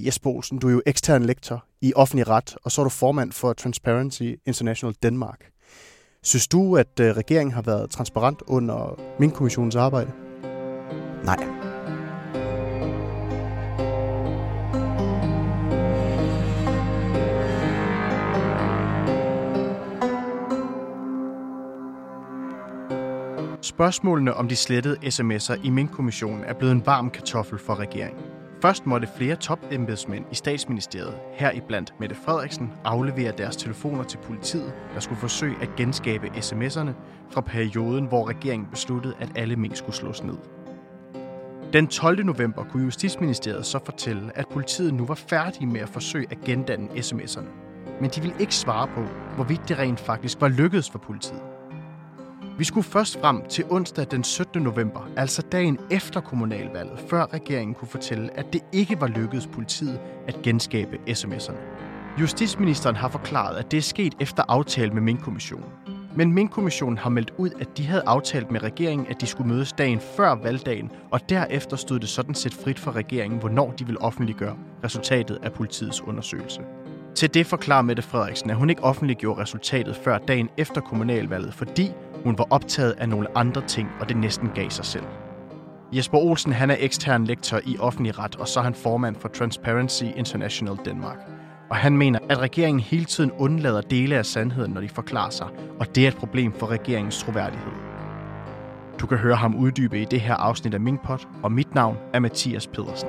Jesper Olsen, du er jo ekstern lektor i offentlig ret, og så er du formand for Transparency International Denmark. Synes du, at regeringen har været transparent under Minkkommissionens arbejde? Nej. Spørgsmålene om de slettede sms'er i Minkkommissionen er blevet en varm kartoffel for regeringen. Først måtte flere topembedsmænd i statsministeriet, heriblandt Mette Frederiksen, aflevere deres telefoner til politiet, der skulle forsøge at genskabe sms'erne fra perioden, hvor regeringen besluttede, at alle mink skulle slås ned. Den 12. november kunne Justitsministeriet så fortælle, at politiet nu var færdige med at forsøge at gendanne sms'erne. Men de ville ikke svare på, hvorvidt det rent faktisk var lykkedes for politiet. Vi skulle først frem til onsdag den 17. november, altså dagen efter kommunalvalget, før regeringen kunne fortælle, at det ikke var lykkedes politiet at genskabe sms'erne. Justitsministeren har forklaret, at det er sket efter aftale med Minkkommissionen. Men Minkkommissionen har meldt ud, at de havde aftalt med regeringen, at de skulle mødes dagen før valgdagen, og derefter stod det sådan set frit for regeringen, hvornår de ville offentliggøre resultatet af politiets undersøgelse. Til det forklarer Mette Frederiksen, at hun ikke offentliggjorde resultatet før dagen efter kommunalvalget, fordi hun var optaget af nogle andre ting, og det næsten gav sig selv. Jesper Olsen, han er ekstern lektor i offentlig ret, og så er han formand for Transparency International Denmark. Og han mener, at regeringen hele tiden undlader dele af sandheden, når de forklarer sig, og det er et problem for regeringens troværdighed. Du kan høre ham uddybe i det her afsnit af Minkpod, og mit navn er Mathias Pedersen.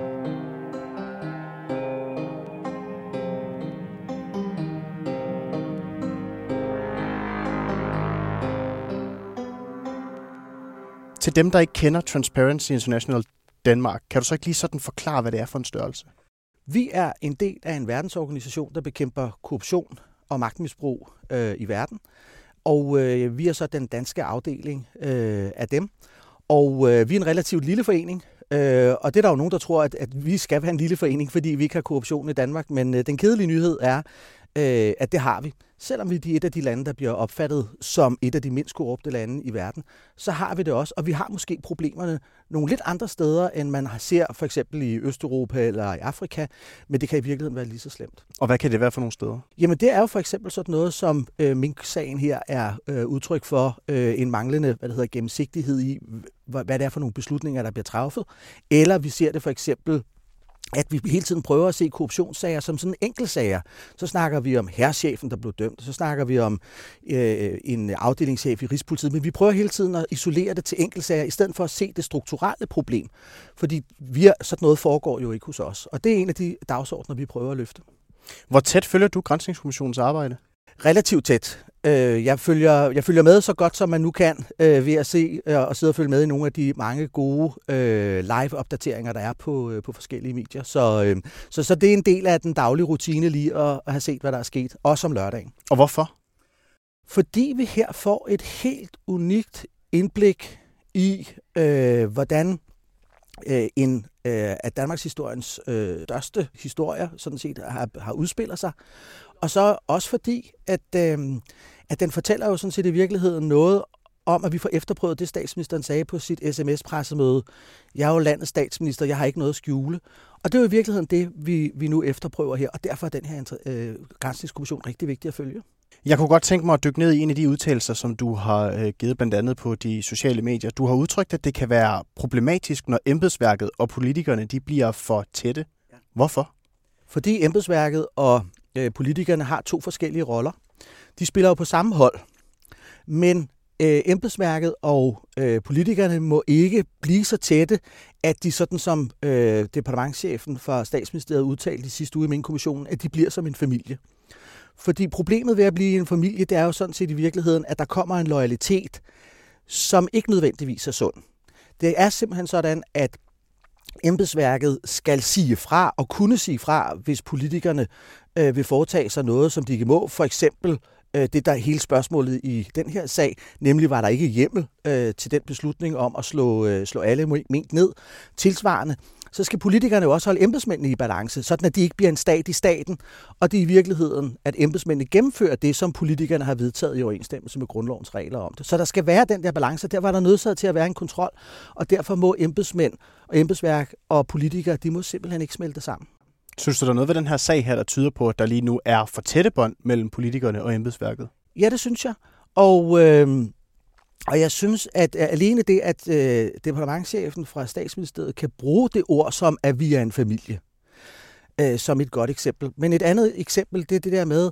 Til dem, der ikke kender Transparency International Denmark, kan du så ikke lige sådan forklare, hvad det er for en størrelse? Vi er en del af en verdensorganisation, der bekæmper korruption og magtmisbrug i verden. Og vi er så den danske afdeling af dem. Og vi er en relativt lille forening. Og det er der jo nogen, der tror, at vi skal være en lille forening, fordi vi ikke har korruption i Danmark. Men den kedelige nyhed er, at det har vi. Selvom vi er et af de lande, der bliver opfattet som et af de mindst korrupte lande i verden, så har vi det også. Og vi har måske problemerne nogle lidt andre steder, end man ser for eksempel i Østeuropa eller i Afrika. Men det kan i virkeligheden være lige så slemt. Og hvad kan det være for nogle steder? Jamen det er jo for eksempel sådan noget, som Mink-sagen her er udtryk for en manglende gennemsigtighed i, hvad det er for nogle beslutninger, der bliver træffet. Eller vi ser det for eksempel, at vi hele tiden prøver at se korruptionssager som sådan enkeltsager. Så snakker vi om hærchefen, der blev dømt. Så snakker vi om en afdelingschef i Rigspolitiet. Men vi prøver hele tiden at isolere det til enkeltsager, i stedet for at se det strukturelle problem. Fordi sådan noget foregår jo ikke hos os. Og det er en af de dagsordner, vi prøver at løfte. Hvor tæt følger du Granskningskommissionens arbejde? Relativt tæt. Jeg følger med så godt, som man nu kan ved at se og sidde og følge med i nogle af de mange gode live-opdateringer, der er på forskellige medier. Så det er en del af den daglige rutine lige at have set, hvad der er sket, også om lørdagen. Og hvorfor? Fordi vi her får et helt unikt indblik i, hvordan en af Danmarks historiens største historier sådan set har udspillet sig. Og så også fordi, at den fortæller jo sådan set i virkeligheden noget om, at vi får efterprøvet det, statsministeren sagde på sit sms-pressemøde. Jeg er jo landets statsminister, jeg har ikke noget at skjule. Og det er jo i virkeligheden det, vi nu efterprøver her, og derfor er den her granskningskommission rigtig vigtig at følge. Jeg kunne godt tænke mig at dykke ned i en af de udtalelser, som du har givet blandt andet på de sociale medier. Du har udtrykt, at det kan være problematisk, når embedsværket og politikerne de bliver for tætte. Hvorfor? Fordi embedsværket og politikerne har to forskellige roller. De spiller jo på samme hold, men embedsværket og politikerne må ikke blive så tætte, at de sådan som departementschefen fra Statsministeriet udtalte i sidste uge i Minkkommissionen, at de bliver som en familie. Fordi problemet ved at blive en familie, det er jo sådan set i virkeligheden, at der kommer en loyalitet, som ikke nødvendigvis er sund. Det er simpelthen sådan, at embedsværket skal sige fra og kunne sige fra, hvis politikerne vil foretage sig noget, som de ikke må. For eksempel det, der er hele spørgsmålet i den her sag, nemlig var der ikke hjemmel til den beslutning om at slå alle mink ned. Tilsvarende, så skal politikerne jo også holde embedsmændene i balance, sådan at de ikke bliver en stat i staten, og det er i virkeligheden, at embedsmændene gennemfører det, som politikerne har vedtaget i overensstemmelse med grundlovens regler om det. Så der skal være den der balance, der var der nødsaget til at være en kontrol, og derfor må embedsmænd og embedsværk og politikere, de må simpelthen ikke smelte sammen. Synes du, der er noget ved den her sag her, der tyder på, at der lige nu er for tætte bånd mellem politikerne og embedsværket? Ja, det synes jeg. Og jeg synes, at alene det, at departementschefen fra Statsministeriet kan bruge det ord som, at vi er en familie, som et godt eksempel. Men et andet eksempel, det er det der med,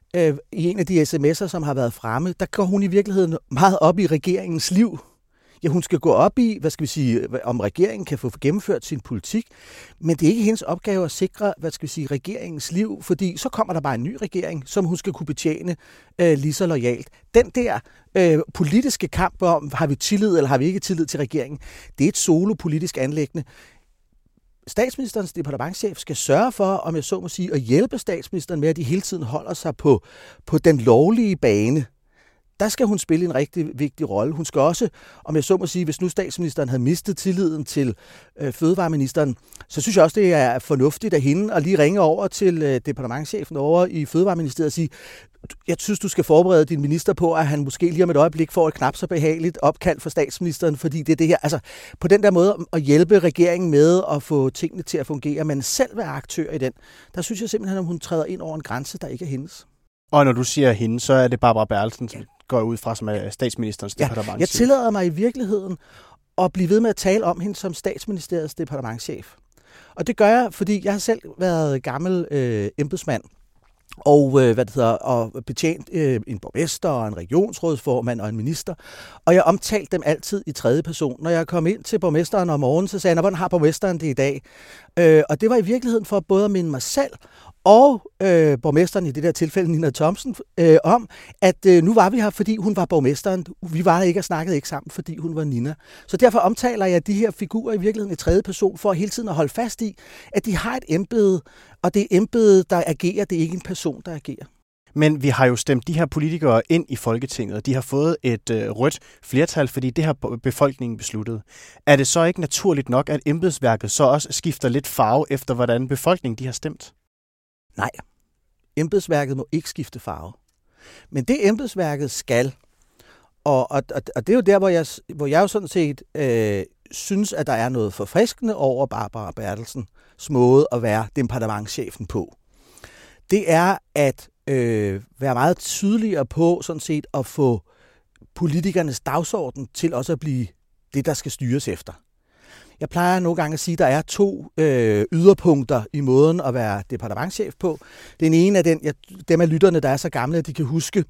i en af de sms'er, som har været fremme, der går hun i virkeligheden meget op i regeringens liv. Ja, hun skal gå op i, om regeringen kan få gennemført sin politik, men det er ikke hendes opgave at sikre, regeringens liv, fordi så kommer der bare en ny regering, som hun skal kunne betjene lige så loyalt. Den der politiske kamp om, har vi tillid eller har vi ikke tillid til regeringen, det er et solo-politisk anliggende. Statsministerens departementschef skal sørge for, om jeg så må sige, at hjælpe statsministeren med, at de hele tiden holder sig på den lovlige bane. Der skal hun spille en rigtig vigtig rolle. Hun skal også, om jeg så må sige, hvis nu statsministeren havde mistet tilliden til fødevareministeren, så synes jeg også, det er fornuftigt af hende at lige ringe over til departementschefen over i Fødevareministeriet og sige, jeg synes, du skal forberede din minister på, at han måske lige om et øjeblik får et knap så behageligt opkald fra statsministeren, fordi det er det her. Altså på den der måde at hjælpe regeringen med at få tingene til at fungere, men selv være aktør i den, der synes jeg simpelthen, at hun træder ind over en grænse, der ikke er hendes. Og når du siger hende, så er det Barbara Bertelsen, som går ud fra, som er statsministerens departementschef. Jeg tillader mig i virkeligheden at blive ved med at tale om hende som statsministeriets departementschef. Og det gør jeg, fordi jeg har selv været gammel embedsmand og og betjent en borgmester og en regionsrådsformand og en minister. Og jeg omtalte dem altid i tredje person. Når jeg kom ind til borgmesteren om morgenen, så sagde jeg, hvordan har borgmesteren det i dag? Og det var i virkeligheden for både at minde mig selv og borgmesteren i det der tilfælde, Nina Thomsen, om, at nu var vi her, fordi hun var borgmesteren. Vi var der ikke og snakkede ikke sammen, fordi hun var Nina. Så derfor omtaler jeg de her figurer i virkeligheden i tredje person, for hele tiden at holde fast i, at de har et embede, og det embede, der agerer, det er ikke en person, der agerer. Men vi har jo stemt de her politikere ind i Folketinget, og de har fået et rødt flertal, fordi det har befolkningen besluttet. Er det så ikke naturligt nok, at embedsværket så også skifter lidt farve efter, hvordan befolkningen de har stemt? Nej, embedsværket må ikke skifte farve. Men det embedsværket skal, og det er jo der, hvor jeg jo sådan set synes, at der er noget forfriskende over Barbara Bertelsens måde at være departementschefen på. Det er at være meget tydeligere på sådan set at få politikernes dagsorden til også at blive det, der skal styres efter. Jeg plejer nogle gange at sige, at der er to yderpunkter i måden at være departementschef på. Den ene er dem af lytterne, der er så gamle, at de kan huske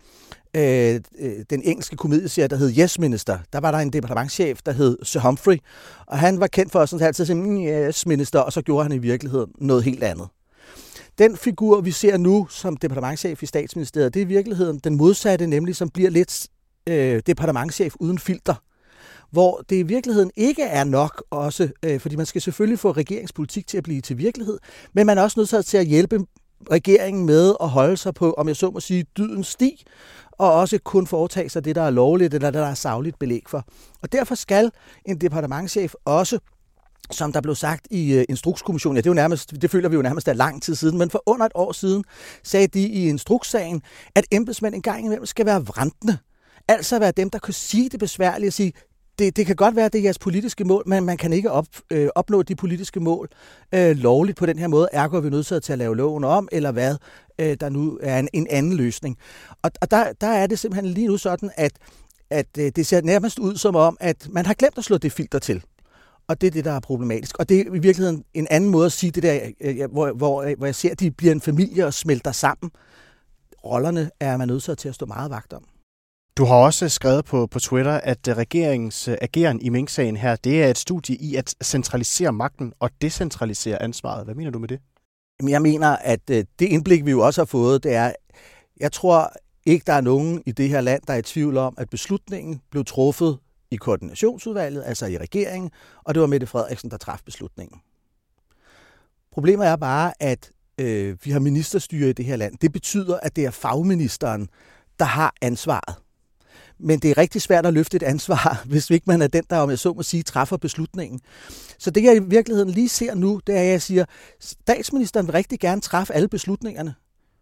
den engelske komedieserie, der hed Yes Minister. Der var der en departementschef, der hed Sir Humphrey, og han var kendt for at sådan altid sige, yes minister, og så gjorde han i virkeligheden noget helt andet. Den figur, vi ser nu som departementschef i Statsministeriet, det er i virkeligheden den modsatte, nemlig som bliver lidt departementschef uden filter. Hvor det i virkeligheden ikke er nok også, fordi man skal selvfølgelig få regeringspolitik til at blive til virkelighed, men man er også nødt til at hjælpe regeringen med at holde sig på, om jeg så må sige, dydens sti, og også kun foretage sig det, der er lovligt, eller det, der er sagligt belæg for. Og derfor skal en departementschef også, som der blev sagt i Instrukskommissionen, det føler vi jo nærmest af lang tid siden, men for under et år siden sagde de i Instrukssagen, at embedsmænd en gang imellem skal være vrantende. Altså være dem, der kan sige det besværlige og sige, det kan godt være, at det er jeres politiske mål, men man kan ikke opnå de politiske mål lovligt på den her måde. Ergo er vi nødt til at lave loven om, eller hvad der nu er en anden løsning. Og der er det simpelthen lige nu sådan, at det ser nærmest ud som om, at man har glemt at slå det filter til. Og det er det, der er problematisk. Og det er i virkeligheden en anden måde at sige det der, hvor jeg ser, at de bliver en familie og smelter sammen. Rollerne er man nødt til at stå meget vagt om. Du har også skrevet på Twitter, at regeringens ageren i Mink-sagen her, det er et studie i at centralisere magten og decentralisere ansvaret. Hvad mener du med det? Jeg mener, at det indblik, vi jo også har fået, det er, jeg tror ikke, der er nogen i det her land, der er i tvivl om, at beslutningen blev truffet i koordinationsudvalget, altså i regeringen, og det var Mette Frederiksen, der traf beslutningen. Problemet er bare, at vi har ministerstyre i det her land. Det betyder, at det er fagministeren, der har ansvaret. Men det er rigtig svært at løfte et ansvar, hvis ikke man er den, der, om jeg så må sige, træffer beslutningen. Så det, jeg i virkeligheden lige ser nu, det er, at jeg siger, statsministeren vil rigtig gerne træffe alle beslutningerne.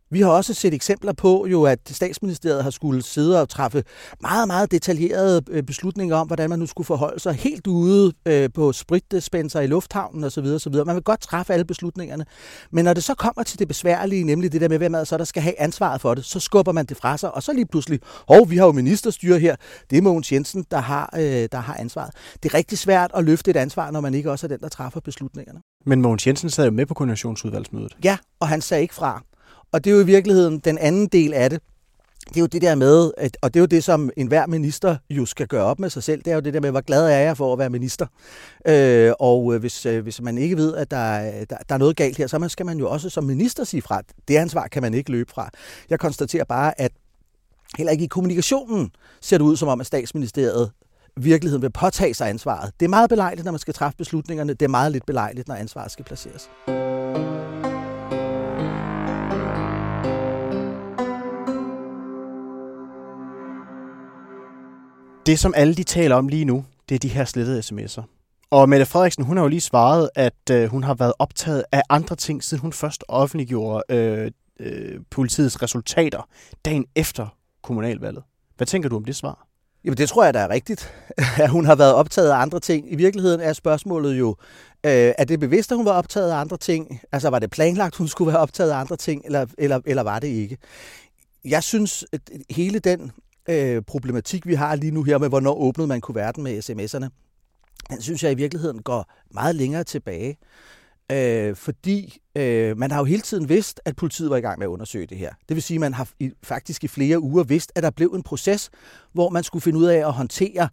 Vi har også set eksempler på, jo, at Statsministeriet har skulle sidde og træffe meget, meget detaljerede beslutninger om, hvordan man nu skulle forholde sig helt ude på spritdispenser i lufthavnen osv. osv. Man vil godt træffe alle beslutningerne, men når det så kommer til det besværlige, nemlig det der med, hvem er så der skal have ansvaret for det, så skubber man det fra sig, og så lige pludselig, vi har jo ministerstyre her, det er Mogens Jensen, der har ansvaret. Det er rigtig svært at løfte et ansvar, når man ikke også er den, der træffer beslutningerne. Men Mogens Jensen sad jo med på koordinationsudvalgsmødet. Ja, og han sagde ikke fra. Og det er jo i virkeligheden den anden del af det. Det er jo det der med, og det er jo det, som enhver minister jo skal gøre op med sig selv, det er jo det der med, hvor glad er jeg for at være minister. Og hvis man ikke ved, at der er noget galt her, så skal man jo også som minister sige fra. Det ansvar kan man ikke løbe fra. Jeg konstaterer bare, at heller ikke i kommunikationen ser det ud som om, at Statsministeriet virkeligheden vil påtage sig ansvaret. Det er meget belejligt, når man skal træffe beslutningerne. Det er meget lidt belejligt, når ansvaret skal placeres. Det, som alle de taler om lige nu, det er de her slettede sms'er. Og Mette Frederiksen, hun har jo lige svaret, at hun har været optaget af andre ting, siden hun først offentliggjorde politiets resultater dagen efter kommunalvalget. Hvad tænker du om det svar? Jamen, det tror jeg, der er rigtigt, at hun har været optaget af andre ting. I virkeligheden er spørgsmålet jo, er det bevidst, at hun var optaget af andre ting? Altså, var det planlagt, hun skulle være optaget af andre ting, eller var det ikke? Jeg synes, at hele den problematik, vi har lige nu her med, hvornår åbnede man kuverten med sms'erne, den synes jeg i virkeligheden går meget længere tilbage. Fordi man har jo hele tiden vidst, at politiet var i gang med at undersøge det her. Det vil sige, at man har faktisk i flere uger vidst, at der blev en proces, hvor man skulle finde ud af at håndtere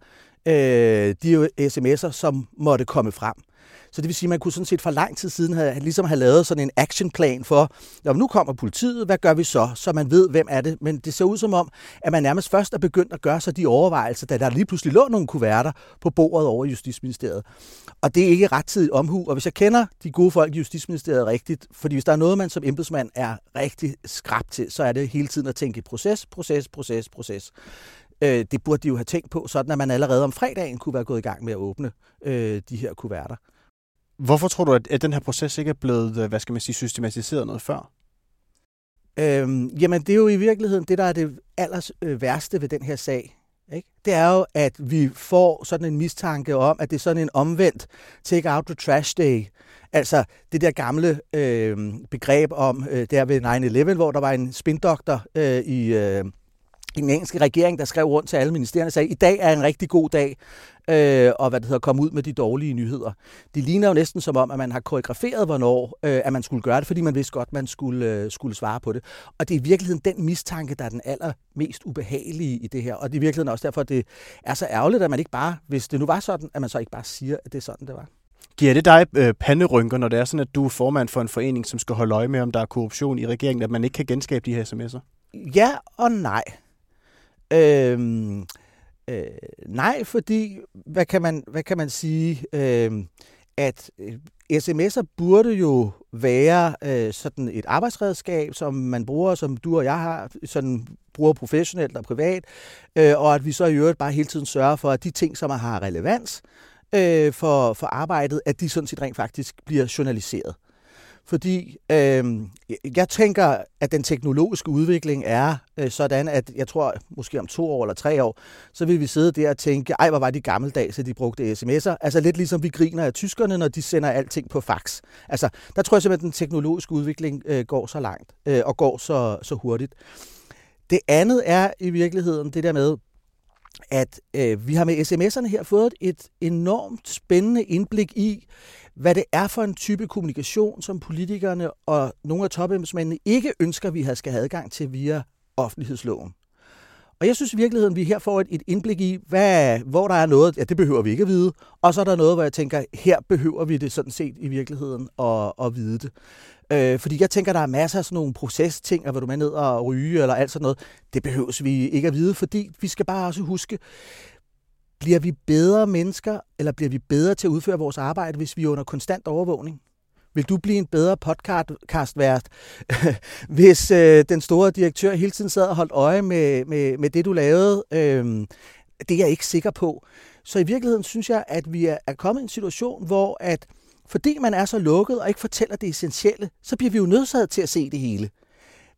de sms'er, som måtte komme frem. Så det vil sige, at man kunne sådan set for lang tid siden have lavet sådan en actionplan for, nu kommer politiet, hvad gør vi så man ved, hvem er det. Men det ser ud som om, at man nærmest først er begyndt at gøre sig de overvejelser, da der lige pludselig lå nogle kuverter på bordet over Justitsministeriet. Og det er ikke rettidig omhu. Og hvis jeg kender de gode folk i Justitsministeriet rigtigt, fordi hvis der er noget, man som embedsmand er rigtig skrap til, så er det hele tiden at tænke proces. Det burde de jo have tænkt på, sådan at man allerede om fredagen kunne være gået i gang med at åbne de her kuverter. Hvorfor tror du, at den her proces ikke er blevet, systematiseret noget før? Jamen, det er jo i virkeligheden det, der er det allers værste ved den her sag. Ikke? Det er jo, at vi får sådan en mistanke om, at det er sådan en omvendt take out the trash day. Altså det der gamle begreb om der ved 9/11, hvor der var en spindoktor i den engelske regering, der skrev rundt til alle ministerierne og sagde, i dag er en rigtig god dag, og komme ud med de dårlige nyheder. Det ligner jo næsten som om, at man har koreograferet, hvornår at man skulle gøre det, fordi man vidste godt, at man skulle svare på det. Og det er i virkeligheden den mistanke, der er den allermest ubehagelige i det her. Og det er i virkeligheden også derfor, at det er så ærgerligt, at man ikke bare, hvis det nu var sådan, at man så ikke bare siger, at det er sådan, det var. Giver det dig panderynker, når det er sådan, at du er formand for en forening, som skal holde øje med, om der er korruption i regeringen, at man ikke kan genskabe de her sms'er? Ja og nej. Nej, fordi, hvad kan man sige, at sms'er burde jo være sådan et arbejdsredskab, som man bruger, som du og jeg har, sådan bruger professionelt og privat, og at vi så i øvrigt bare hele tiden sørger for, at de ting, som har relevans for arbejdet, at de sådan set rent faktisk bliver journaliseret. Fordi jeg tænker, at den teknologiske udvikling er sådan, at jeg tror, måske om 2 år eller 3 år, så vil vi sidde der og tænke, hvor var de gammeldags, at de brugte sms'er. Altså lidt ligesom vi griner af tyskerne, når de sender alting på fax. Altså, der tror jeg simpelthen, at den teknologiske udvikling går så langt og går så hurtigt. Det andet er i virkeligheden det der med, at vi har med sms'erne her fået et enormt spændende indblik i, hvad det er for en type kommunikation, som politikerne og nogle af topembedsmændene ikke ønsker, vi skal have adgang til via offentlighedsloven. Og jeg synes i virkeligheden, vi her får et indblik i, hvor der er noget, det behøver vi ikke at vide, og så er der noget, hvor jeg tænker, her behøver vi det sådan set i virkeligheden at vide det. Fordi jeg tænker, der er masser af sådan nogle procesting, og vil du med ned og ryge eller alt sådan noget, det behøves vi ikke at vide, fordi vi skal bare også huske, bliver vi bedre mennesker, eller bliver vi bedre til at udføre vores arbejde, hvis vi er under konstant overvågning? Vil du blive en bedre podcastvært, hvis den store direktør hele tiden sad og holdt øje med det, du lavede? Det er jeg ikke sikker på. Så i virkeligheden synes jeg, at vi er kommet i en situation, hvor at fordi man er så lukket og ikke fortæller det essentielle, så bliver vi jo nødsaget til at se det hele.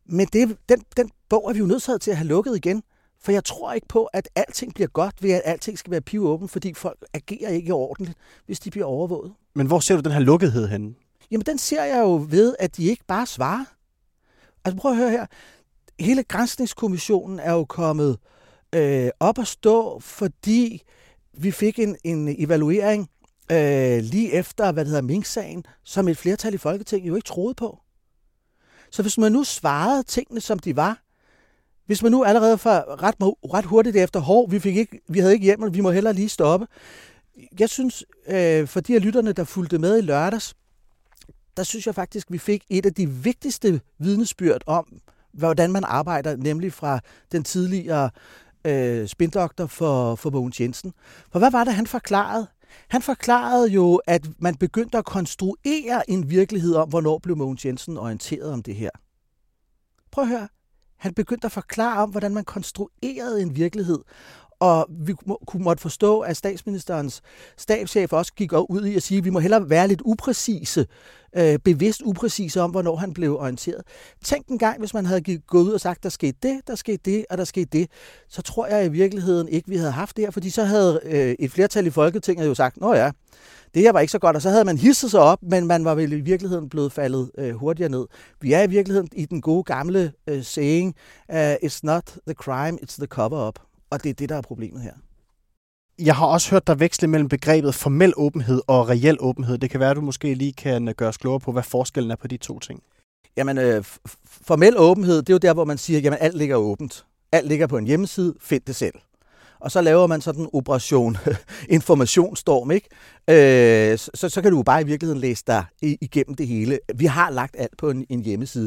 Men den bog er vi jo nødt til at have lukket igen. For jeg tror ikke på, at alting bliver godt ved, at alting skal være pivåben, fordi folk agerer ikke ordentligt, hvis de bliver overvåget. Men hvor ser du den her lukkethed henne? Jamen, den ser jeg jo ved, at de ikke bare svarer. Altså, prøv at høre her. Hele granskningskommissionen er jo kommet op at stå, fordi vi fik en evaluering lige efter, Mink-sagen, som et flertal i Folketinget jo ikke troede på. Så hvis man nu svarede tingene, som de var, hvis man nu allerede ret hurtigt efter, vi havde ikke hjemmel, vi må hellere lige stoppe. Jeg synes, for de af lytterne, der fulgte med i lørdags, der synes jeg faktisk, vi fik et af de vigtigste vidnesbyrd om, hvordan man arbejder, nemlig fra den tidligere spindoktor for Mogens Jensen. For hvad var det, han forklarede? Han forklarede jo, at man begyndte at konstruere en virkelighed om, hvornår blev Mogens Jensen orienteret om det her. Prøv at høre. Han begyndte at forklare om, hvordan man konstruerede en virkelighed. Og vi måtte forstå, at statsministerens stabschef også gik ud i at sige, at vi må hellere være lidt upræcise, bevidst upræcise om, hvornår han blev orienteret. Tænk en gang, hvis man havde gået ud og sagt, der skete det, og der skete det, så tror jeg i virkeligheden ikke, vi havde haft det her, fordi så havde et flertal i Folketinget jo sagt, nå ja, det her var ikke så godt, og så havde man hisset sig op, men man var vel i virkeligheden blevet faldet hurtigere ned. Vi er i virkeligheden i den gode gamle saying, it's not the crime, it's the cover-up. Og det er det, der er problemet her. Jeg har også hørt dig veksle mellem begrebet formel åbenhed og reel åbenhed. Det kan være, at du måske lige kan gøre os klogere på, hvad forskellen er på de to ting. Jamen, formel åbenhed, det er jo der, hvor man siger, jamen alt ligger åbent. Alt ligger på en hjemmeside, find det selv. Og så laver man sådan en operation informationsstorm, ikke? Så kan du jo bare i virkeligheden læse dig igennem det hele. Vi har lagt alt på en hjemmeside.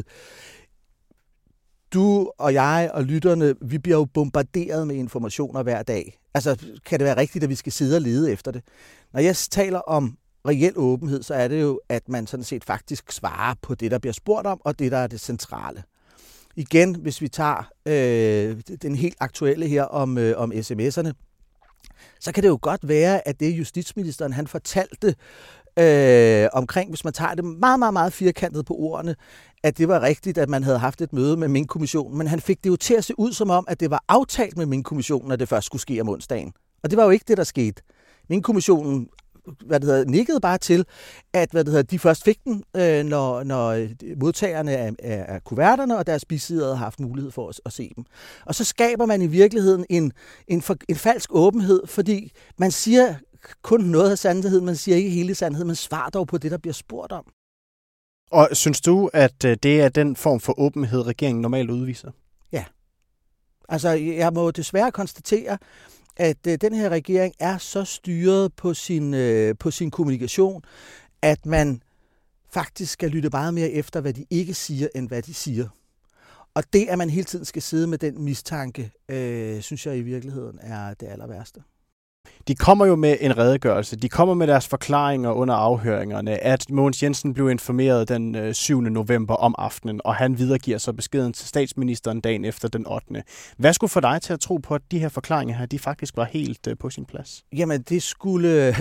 Du og jeg og lytterne, vi bliver jo bombarderet med informationer hver dag. Altså, kan det være rigtigt, at vi skal sidde og lede efter det? Når jeg taler om reel åbenhed, så er det jo, at man sådan set faktisk svarer på det, der bliver spurgt om, og det, der er det centrale. Igen, hvis vi tager den helt aktuelle her om sms'erne, så kan det jo godt være, at det justitsministeren han fortalte omkring, hvis man tager det meget, meget, meget firkantet på ordene, at det var rigtigt, at man havde haft et møde med Mink-kommissionen, men han fik det jo til at se ud som om, at det var aftalt med Mink-kommissionen, at det først skulle ske om onsdagen. Og det var jo ikke det, der skete. Mink-kommissionen nikkede bare til, at de først fik den, når modtagerne af kuverterne og deres bisidere havde haft mulighed for at se dem. Og så skaber man i virkeligheden en falsk åbenhed, fordi man siger kun noget af sandheden, man siger ikke hele sandheden, man svarer dog på det, der bliver spurgt om. Og synes du, at det er den form for åbenhed, regeringen normalt udviser? Ja. Altså, jeg må desværre konstatere, at den her regering er så styret på sin kommunikation, at man faktisk skal lytte meget mere efter, hvad de ikke siger, end hvad de siger. Og det, at man hele tiden skal sidde med den mistanke, synes jeg i virkeligheden er det aller værste. De kommer jo med en redegørelse. De kommer med deres forklaringer under afhøringerne, at Mogens Jensen blev informeret den 7. november om aftenen, og han videregiver så beskeden til statsministeren dagen efter den 8. Hvad skulle få dig til at tro på, at de her forklaringer her, de faktisk var helt på sin plads? Jamen, det skulle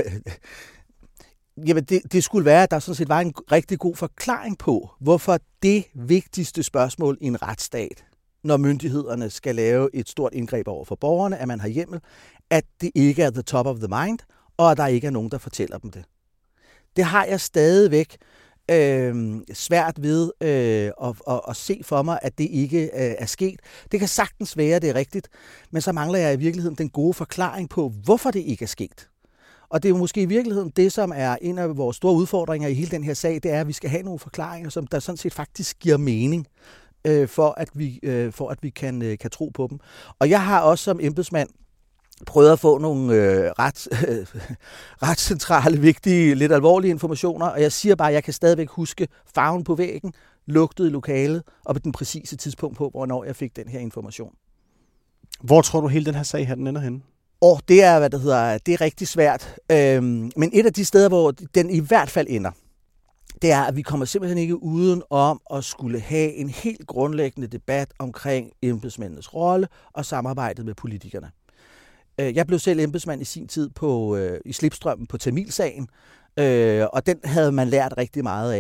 være, at der sådan set var en rigtig god forklaring på, hvorfor det vigtigste spørgsmål i en retsstat, når myndighederne skal lave et stort indgreb over for borgerne, at man har hjemmel, at det ikke er the top of the mind, og at der ikke er nogen, der fortæller dem det. Det har jeg stadigvæk svært ved at se for mig, at det ikke er sket. Det kan sagtens være, det er rigtigt, men så mangler jeg i virkeligheden den gode forklaring på, hvorfor det ikke er sket. Og det er jo måske i virkeligheden det, som er en af vores store udfordringer i hele den her sag, det er, at vi skal have nogle forklaringer, som der sådan set faktisk giver mening, for at vi kan tro på dem. Og jeg har også som embedsmand prøvet at få nogle ret centrale, vigtige, lidt alvorlige informationer, og jeg siger bare, at jeg kan stadigvæk huske farven på væggen, lugtet i lokalet, og på den præcise tidspunkt på, hvornår jeg fik den her information. Hvor tror du hele den her sag her, den ender henne? Det er, det er rigtig svært. Men et af de steder, hvor den i hvert fald ender, det er, at vi kommer simpelthen ikke uden om at skulle have en helt grundlæggende debat omkring embedsmændenes rolle og samarbejdet med politikerne. Jeg blev selv embedsmand i sin tid i slipstrømmen på Tamilsagen, og den havde man lært rigtig meget af.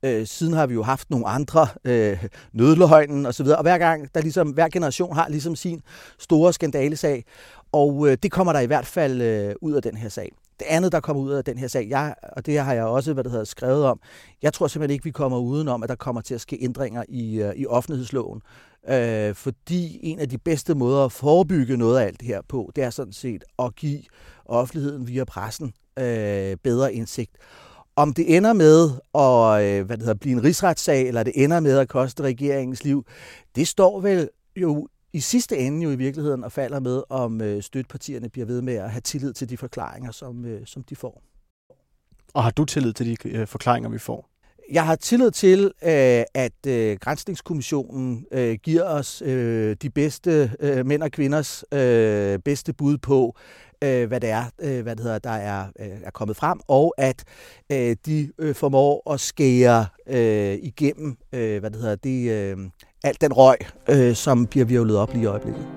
Siden har vi jo haft nogle andre, nødløgnen osv., og hver generation har ligesom sin store skandalesag, og det kommer der i hvert fald ud af den her sag. Det andet, der kommer ud af den her sag, og det har jeg også skrevet om, jeg tror simpelthen ikke, vi kommer udenom, at der kommer til at ske ændringer i offentlighedsloven. Fordi en af de bedste måder at forebygge noget af alt det her på, det er sådan set at give offentligheden via pressen bedre indsigt. Om det ender med at blive en rigsretssag, eller det ender med at koste regeringens liv, det står vel jo i sidste ende jo i virkeligheden og falder med, om støttepartierne bliver ved med at have tillid til de forklaringer, som de får. Og har du tillid til de forklaringer, vi får? Jeg har tillid til, at Granskningskommissionen giver os de bedste mænd og kvinders bedste bud på, hvad det er, der er kommet frem, og at de formår at skære igennem, alt den røg, som bliver hvirvlet op lige i øjeblikket.